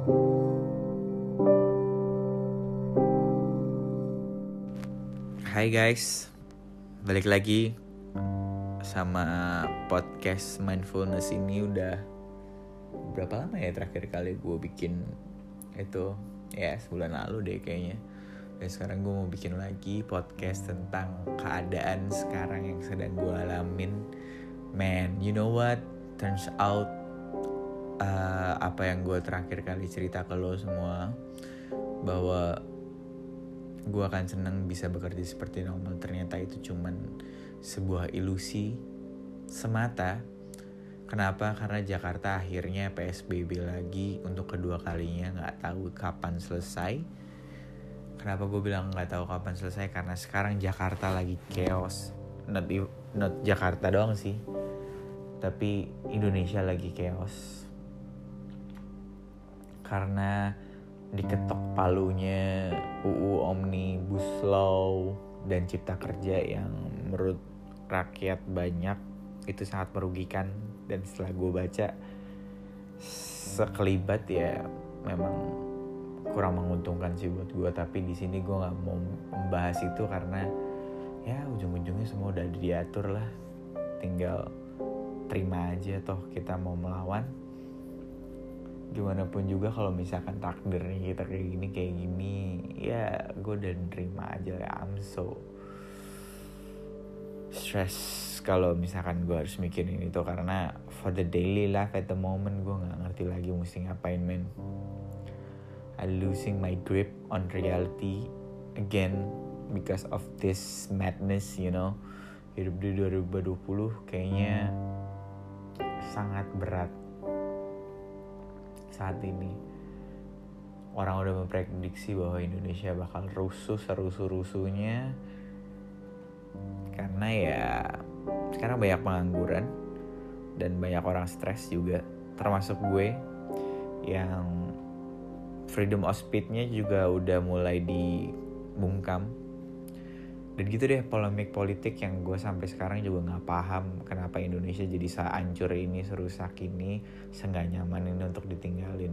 Hai guys, balik lagi sama podcast mindfulness ini. Udah berapa lama ya terakhir kali gue bikin itu? Ya sebulan lalu deh kayaknya. Dan sekarang gue mau bikin lagi podcast tentang keadaan sekarang yang sedang gue alamin. Man, you know what? Turns out apa yang gue terakhir kali cerita ke lo semua, bahwa gue akan senang bisa bekerja seperti normal, ternyata itu cuman sebuah ilusi semata. Kenapa? Karena Jakarta akhirnya PSBB lagi untuk kedua kalinya, gak tahu kapan selesai. Kenapa gue bilang gak tahu kapan selesai? Karena sekarang Jakarta lagi chaos. Not Jakarta doang sih, tapi Indonesia lagi chaos. Karena diketok palunya UU Omnibus Law dan Cipta Kerja yang menurut rakyat banyak itu sangat merugikan. Dan setelah gue baca sekelibat ya memang kurang menguntungkan sih buat gue. Tapi di sini gue nggak mau membahas itu karena ya ujung-ujungnya semua udah diatur lah, tinggal terima aja. Toh kita mau melawan, gimana pun juga kalau misalkan takdirnya kita kayak gini, ya gue udah nerima aja ya. I'm so stress kalau misalkan gue harus mikirin itu, karena for the daily life at the moment gue gak ngerti lagi mesti ngapain, man. I losing my grip on reality again because of this madness, you know. Hidup di 2020 kayaknya sangat berat saat ini. Orang udah memprediksi bahwa Indonesia bakal rusuh serusuh-rusuhnya, karena ya sekarang banyak pengangguran dan banyak orang stres juga, termasuk gue yang freedom of speech-nya juga udah mulai dibungkam. Dan gitu deh, polemik politik yang gue sampai sekarang juga gak paham kenapa Indonesia jadi sehancur ini, serusak ini, seenggak nyaman ini untuk ditinggalin.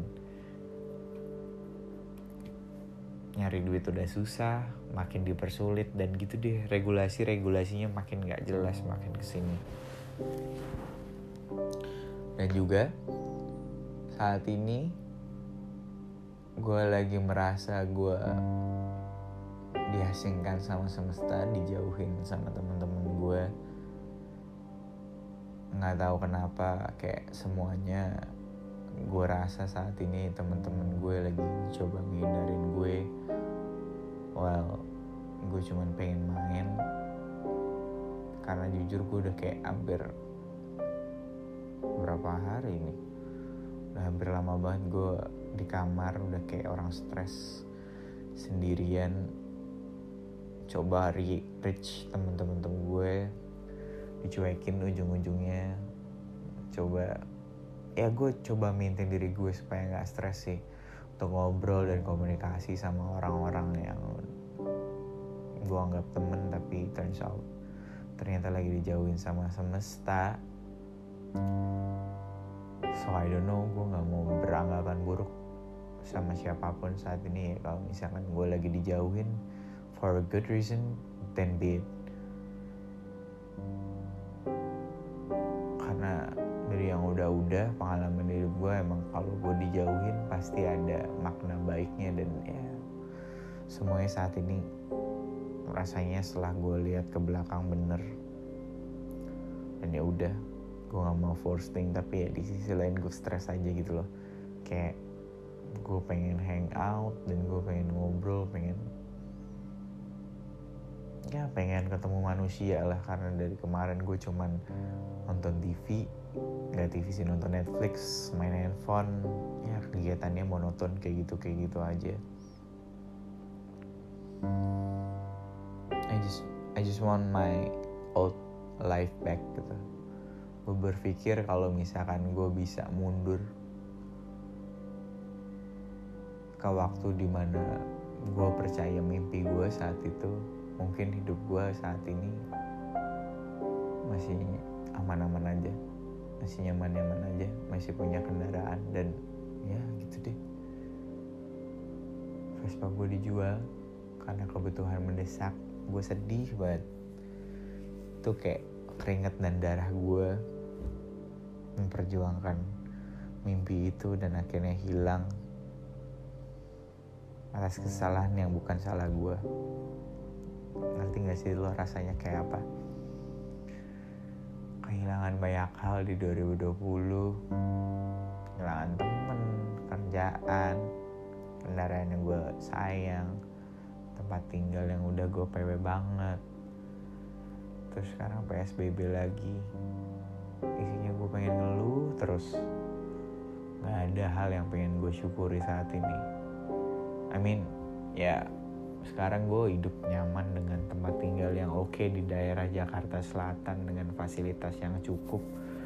Nyari duit udah susah, makin dipersulit, dan gitu deh, regulasinya makin gak jelas makin kesini. Dan juga saat ini gue lagi merasa gue diasingkan sama semesta, dijauhin sama teman-teman gue. Nggak tahu kenapa, kayak semuanya gue rasa saat ini teman-teman gue lagi coba menghindarin gue. Well, gue cuman pengen main, karena jujur gue udah kayak hampir berapa hari ini, udah hampir lama banget gue di kamar, udah kayak orang stres sendirian. Coba reach temen-temen gue, dicuekin ujung-ujungnya. Gue coba maintain diri gue supaya gak stres sih, untuk ngobrol dan komunikasi sama orang-orang yang gue anggap temen, tapi turns out ternyata lagi dijauhin sama semesta. So I don't know, gue gak mau beranggapan buruk sama siapapun saat ini ya. Kalau misalkan gue lagi dijauhin for a good reason, then be it. Karena dari yang udah pengalaman hidup gue, emang kalau gue dijauhin pasti ada makna baiknya. Dan ya semuanya saat ini rasanya setelah gue lihat ke belakang bener. Dan ya udah, gue gak mau force thing, tapi ya di sisi lain gue stres aja gitu loh. Kayak gue pengen hang out dan gue pengen ngobrol, pengen ketemu manusia lah. Karena dari kemarin gue cuman nonton TV, gak TV sih, nonton Netflix, main handphone. Ya kegiatannya monoton kayak gitu aja. I just want my old life back gitu. Gue berpikir kalau misalkan gue bisa mundur ke waktu dimana gue percaya mimpi gue saat itu, mungkin hidup gue saat ini masih aman-aman aja, masih nyaman-nyaman aja, masih punya kendaraan, dan ya gitu deh. Vespa gue dijual karena kebutuhan mendesak. Gue sedih banget. Itu kayak keringat dan darah gue memperjuangkan mimpi itu dan akhirnya hilang atas kesalahan yang bukan salah gue. Ngerti gak sih lo rasanya kayak apa? Kehilangan banyak hal di 2020. Kehilangan temen, kerjaan, kendaraan yang gue sayang, tempat tinggal yang udah gue PW banget. Terus sekarang PSBB lagi. Isinya gue pengen ngeluh terus. Gak ada hal yang pengen gue syukuri saat ini. Ya sekarang gue hidup nyaman dengan tempat tinggal yang oke di daerah Jakarta Selatan dengan fasilitas yang cukup.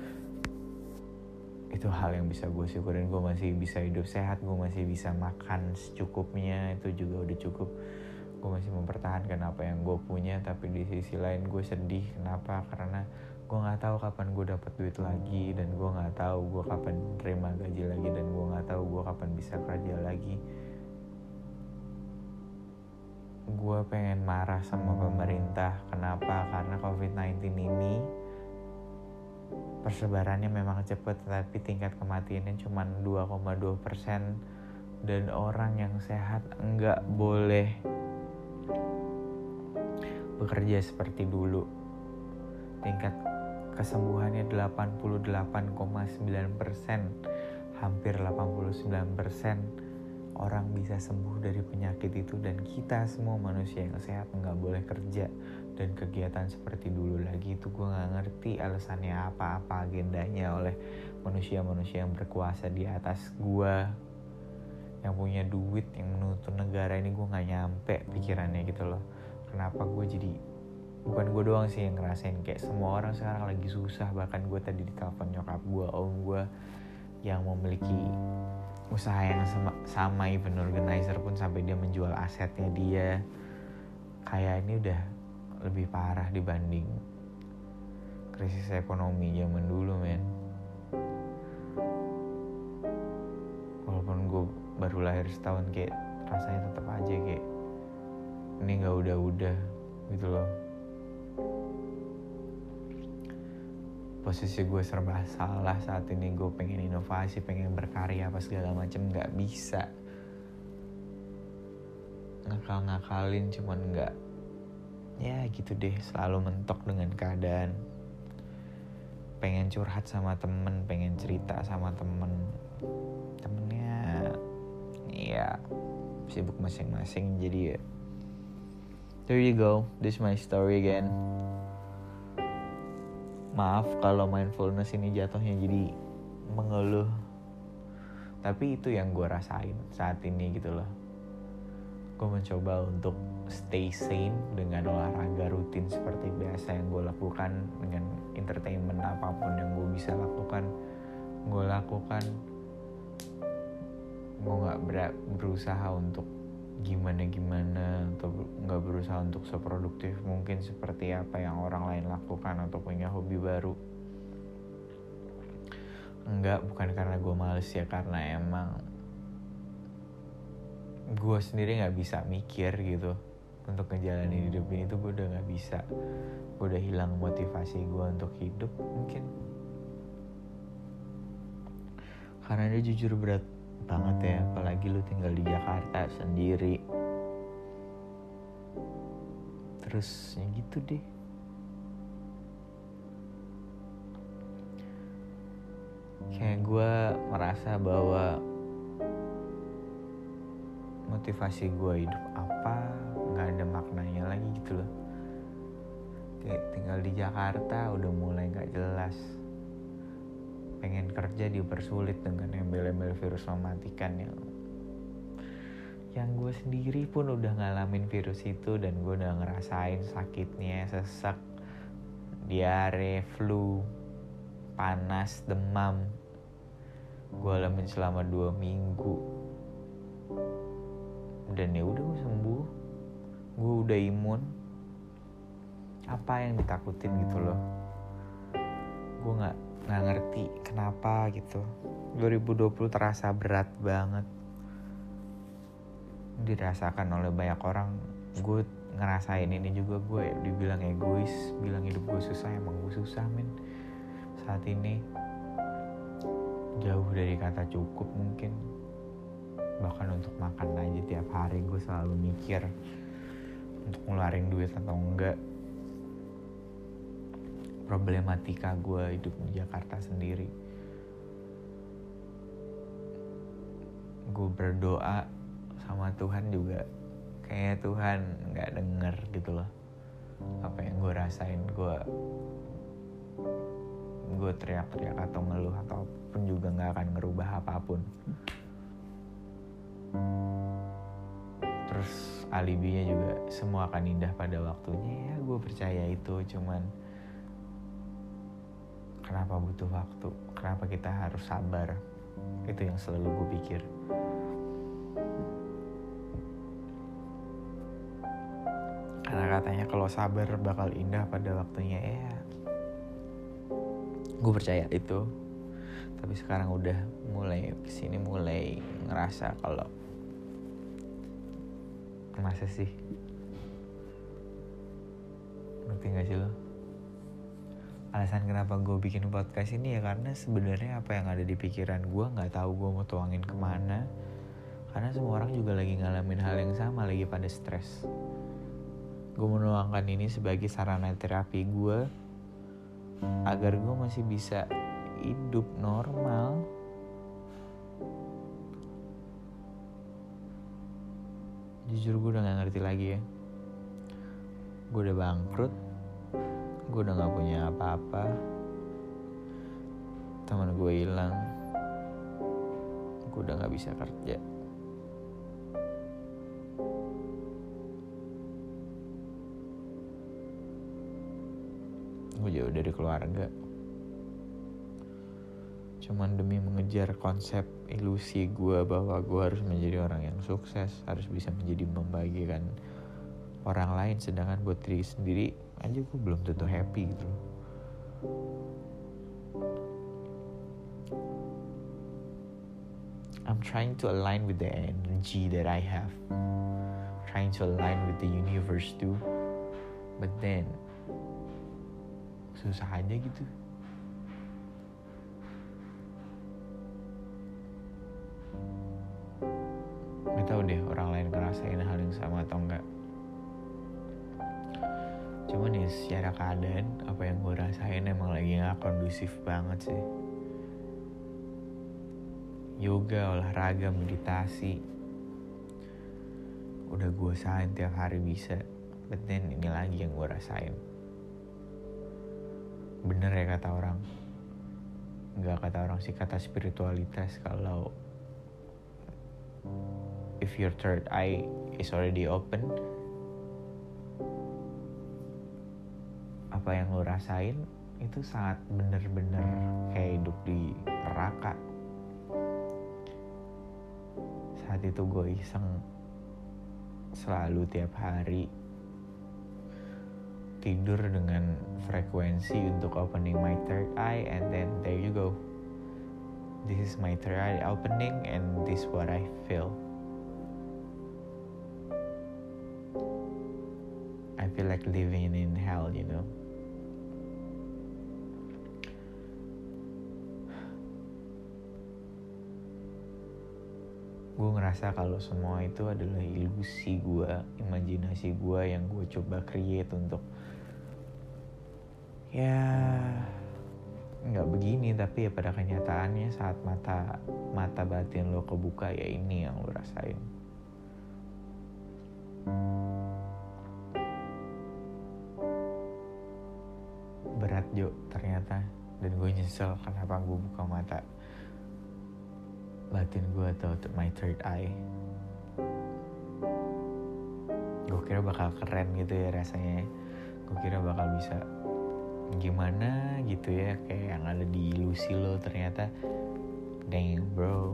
Itu hal yang bisa gue syukurin. Gue masih bisa hidup sehat, gue masih bisa makan secukupnya, itu juga udah cukup. Gue masih mempertahankan apa yang gue punya. Tapi di sisi lain gue sedih. Kenapa? Karena gue nggak tahu kapan gue dapat duit lagi, dan gue nggak tahu gue kapan terima gaji lagi, dan gue nggak tahu gue kapan bisa kerja lagi. Gue pengen marah sama pemerintah. Kenapa? Karena COVID-19 ini persebarannya memang cepat, tapi tingkat kematiannya cuma 2,2%. Dan orang yang sehat nggak boleh bekerja seperti dulu. Tingkat kesembuhannya 88,9%, hampir 89% orang bisa sembuh dari penyakit itu. Dan kita semua manusia yang sehat nggak boleh kerja dan kegiatan seperti dulu lagi. Itu gue nggak ngerti alasannya apa agendanya oleh manusia-manusia yang berkuasa di atas gue, yang punya duit, yang menuntun negara ini. Gue nggak nyampe pikirannya gitu loh. Kenapa gue jadi, bukan gue doang sih yang ngerasain, kayak semua orang sekarang lagi susah. Bahkan gue tadi ditelepon nyokap gue, om gue yang memiliki usaha yang sama event organizer pun sampai dia menjual asetnya dia. Kayak ini udah lebih parah dibanding krisis ekonomi zaman dulu, men. Walaupun gue baru lahir setahun, kayak rasanya tetap aja kayak ini gak udah gitu loh. Posisi gue serba salah saat ini. Gue pengen inovasi, pengen berkarya apa segala macem, gak bisa. Ngakal-ngakalin cuman gak, ya gitu deh, selalu mentok dengan keadaan. Pengen curhat sama temen, pengen cerita sama temennya ya sibuk masing-masing. Jadi ya there you go, this is my story again. Maaf kalau mindfulness ini jatuhnya jadi mengeluh, tapi itu yang gue rasain saat ini gitu loh. Gue mencoba untuk stay sane dengan olahraga rutin seperti biasa yang gue lakukan, dengan entertainment apapun yang gue bisa lakukan, gue lakukan. Gue gak berusaha untuk gimana atau gak berusaha untuk seproduktif mungkin seperti apa yang orang lain lakukan atau punya hobi baru. Enggak, bukan karena gue males ya, karena emang gue sendiri gak bisa mikir gitu untuk ngejalanin hidup ini tuh. Gue udah gak bisa, gue udah hilang motivasi gue untuk hidup mungkin. Karena dia jujur berat banget ya, apalagi lu tinggal di Jakarta sendiri. Terus ya gitu deh. Kayak gue merasa bahwa motivasi gue hidup apa gak ada maknanya lagi gitu loh. Kayak tinggal di Jakarta udah mulai gak jelas. Pengen kerja dipersulit dengan embel-embel virus mematikan yang gue sendiri pun udah ngalamin virus itu. Dan gue udah ngerasain sakitnya, sesak, diare, flu, panas, demam. Gue alamin selama 2 minggu. Dan ya udah, gue sembuh. Gue udah imun. Apa yang ditakutin gitu loh. Gue gak ngerti kenapa gitu. 2020 terasa berat banget. dirasakan oleh banyak orang. Gue ngerasain ini juga. Gue dibilang egois, bilang hidup gue susah, emang gue susah men. Saat ini jauh dari kata cukup mungkin. Bahkan untuk makan aja tiap hari gue selalu mikir untuk ngeluarin duit atau enggak. Problematika gue hidup di Jakarta sendiri. Gue berdoa sama Tuhan juga, kayaknya Tuhan gak denger gitu loh apa yang gue rasain. Gue teriak-teriak atau ngeluh ataupun juga gak akan ngerubah apapun. Terus alibinya juga semua akan indah pada waktunya. Ya gue percaya itu, cuman kenapa butuh waktu? Kenapa kita harus sabar? Itu yang selalu gue pikir. Karena katanya kalau sabar bakal indah pada waktunya. Ya gue percaya itu. Tapi sekarang udah mulai kesini, mulai ngerasa kalau masa sih? Ngerti gak sih lo? Alasan kenapa gue bikin podcast ini ya karena sebenarnya apa yang ada di pikiran gue gak tahu gue mau tuangin kemana. Karena semua orang juga lagi ngalamin hal yang sama, lagi pada stres. Gue menuangkan ini sebagai sarana terapi gue agar gue masih bisa hidup normal. Jujur gue udah gak ngerti lagi ya. Gue udah bangkrut. Gue udah gak punya apa-apa. Teman gue hilang. Gue udah gak bisa kerja. Gue jauh dari keluarga. Cuman demi mengejar konsep ilusi gue bahwa gue harus menjadi orang yang sukses, harus bisa menjadi membahagiakan orang lain, sedangkan buat diri sendiri aja gue belum tentu happy gitu loh. I'm trying to align with the energy that I have, trying to align with the universe too, but then susah aja gitu. Gak tau deh orang lain ngerasain hal yang sama atau enggak. Cuman ya secara keadaan apa yang gue rasain emang lagi gak kondusif banget sih. Yoga, olahraga, meditasi udah gue usahain tiap hari bisa, but then ini lagi yang gue rasain. Bener ya kata orang, gak kata orang sih, kata spiritualitas, kalau if your third eye is already open, apa yang lo rasain itu sangat bener-bener kayak hidup di neraka. Saat itu gue iseng selalu tiap hari tidur dengan frekuensi untuk opening my third eye, and then there you go. This is my third eye opening and this is what I feel. I feel like living in hell, you know. Gue ngerasa kalau semua itu adalah ilusi gue, imajinasi gue yang gue coba create untuk ya nggak begini, tapi ya pada kenyataannya saat mata batin lo kebuka, ya ini yang lo rasain. Berat Jo ternyata, dan gue nyesel kenapa gue buka mata batin gue atau my third eye. Gue kira bakal keren gitu ya rasanya. Gue kira bakal bisa gimana gitu ya, kayak yang ada di ilusi lo. Ternyata dang bro,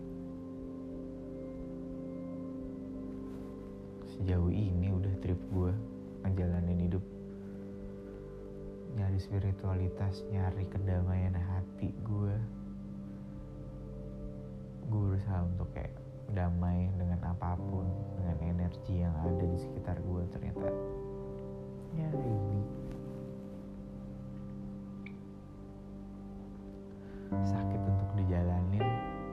sejauh ini udah trip gue ngejalanin hidup, nyari spiritualitas, nyari kedamaian hati gue. Gue berusaha untuk kayak damai dengan apapun, dengan energi yang ada di sekitar gue. Ternyata ya ini sakit untuk dijalanin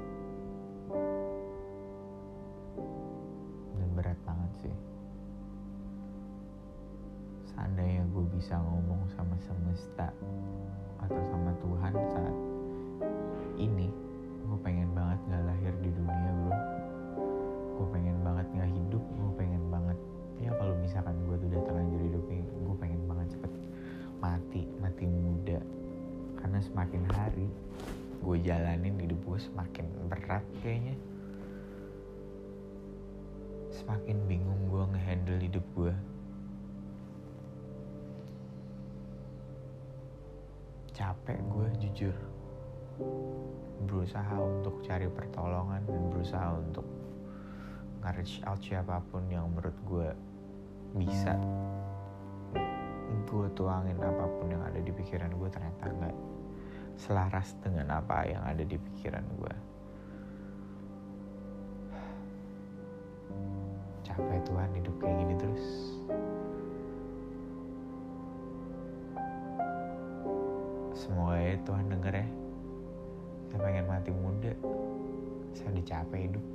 dan berat banget sih. Seandainya gue bisa ngomong sama semesta atau sama Tuhan saat ini, gue pengen banget gak lahir di dunia bro. Gue pengen banget gak hidup. Gue pengen banget, ya kalau misalkan gue tuh udah terlanjur hidupnya, gue pengen banget cepet mati muda. Karena semakin hari gue jalanin hidup gue semakin berat kayaknya. Semakin bingung gue ngehandle hidup gue. Capek gue jujur. Berusaha untuk cari pertolongan dan berusaha untuk nge-reach out siapapun yang menurut gue bisa gue tuangin apapun yang ada di pikiran gue, ternyata gak selaras dengan apa yang ada di pikiran gue. Capek Tuhan hidup kayak gini terus. Semoga ya Tuhan denger ya. Saya pengen mati muda. Saya udah capek hidup.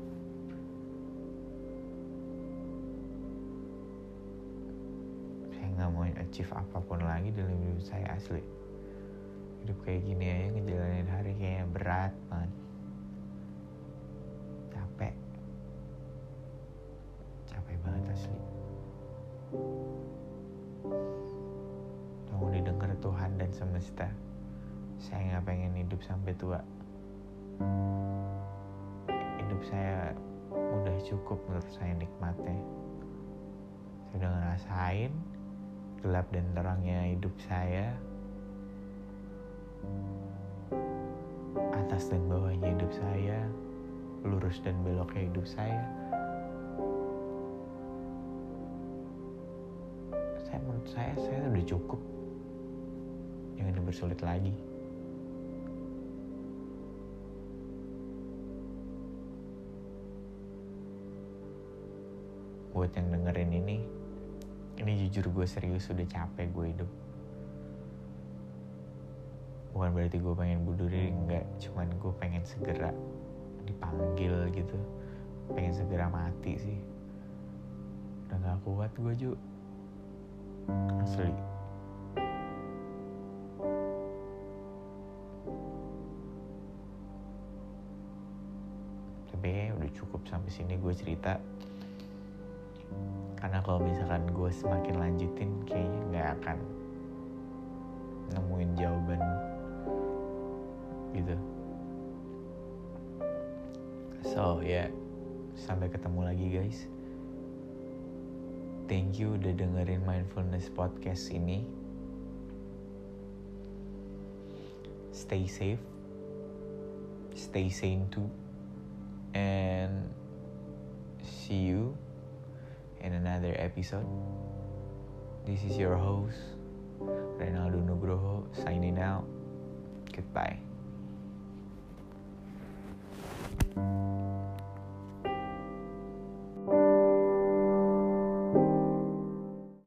Saya gak mau achieve apapun lagi dalam hidup saya asli. Hidup kayak gini aja ngejalanin hari kayaknya berat banget. Capek banget asli. Tolong didengar Tuhan dan semesta. Saya gak pengen hidup sampai tua. Hidup saya udah cukup menurut saya nikmatnya. Saya udah ngerasain gelap dan terangnya hidup saya, atas dan bawahnya hidup saya, lurus dan beloknya hidup saya. Menurut saya udah cukup. Jangan dipersulit lagi. Buat yang dengerin ini jujur gue serius udah capek gue hidup. Bukan berarti gue pengen bunuh diri, enggak. Cuman gue pengen segera dipanggil gitu. Pengen segera mati sih. Udah gak kuat gue Ju. Asli. Tapi udah cukup sampai sini gue cerita. Karena kalau misalkan gue semakin lanjutin, kayaknya gak akan nemuin jawaban gitu. So ya, sampai ketemu lagi guys. Thank you udah dengerin Mindfulness Podcast ini. Stay safe. Stay sane too. And see you in another episode. This is your host, Renaldo Nugroho, signing out. Goodbye.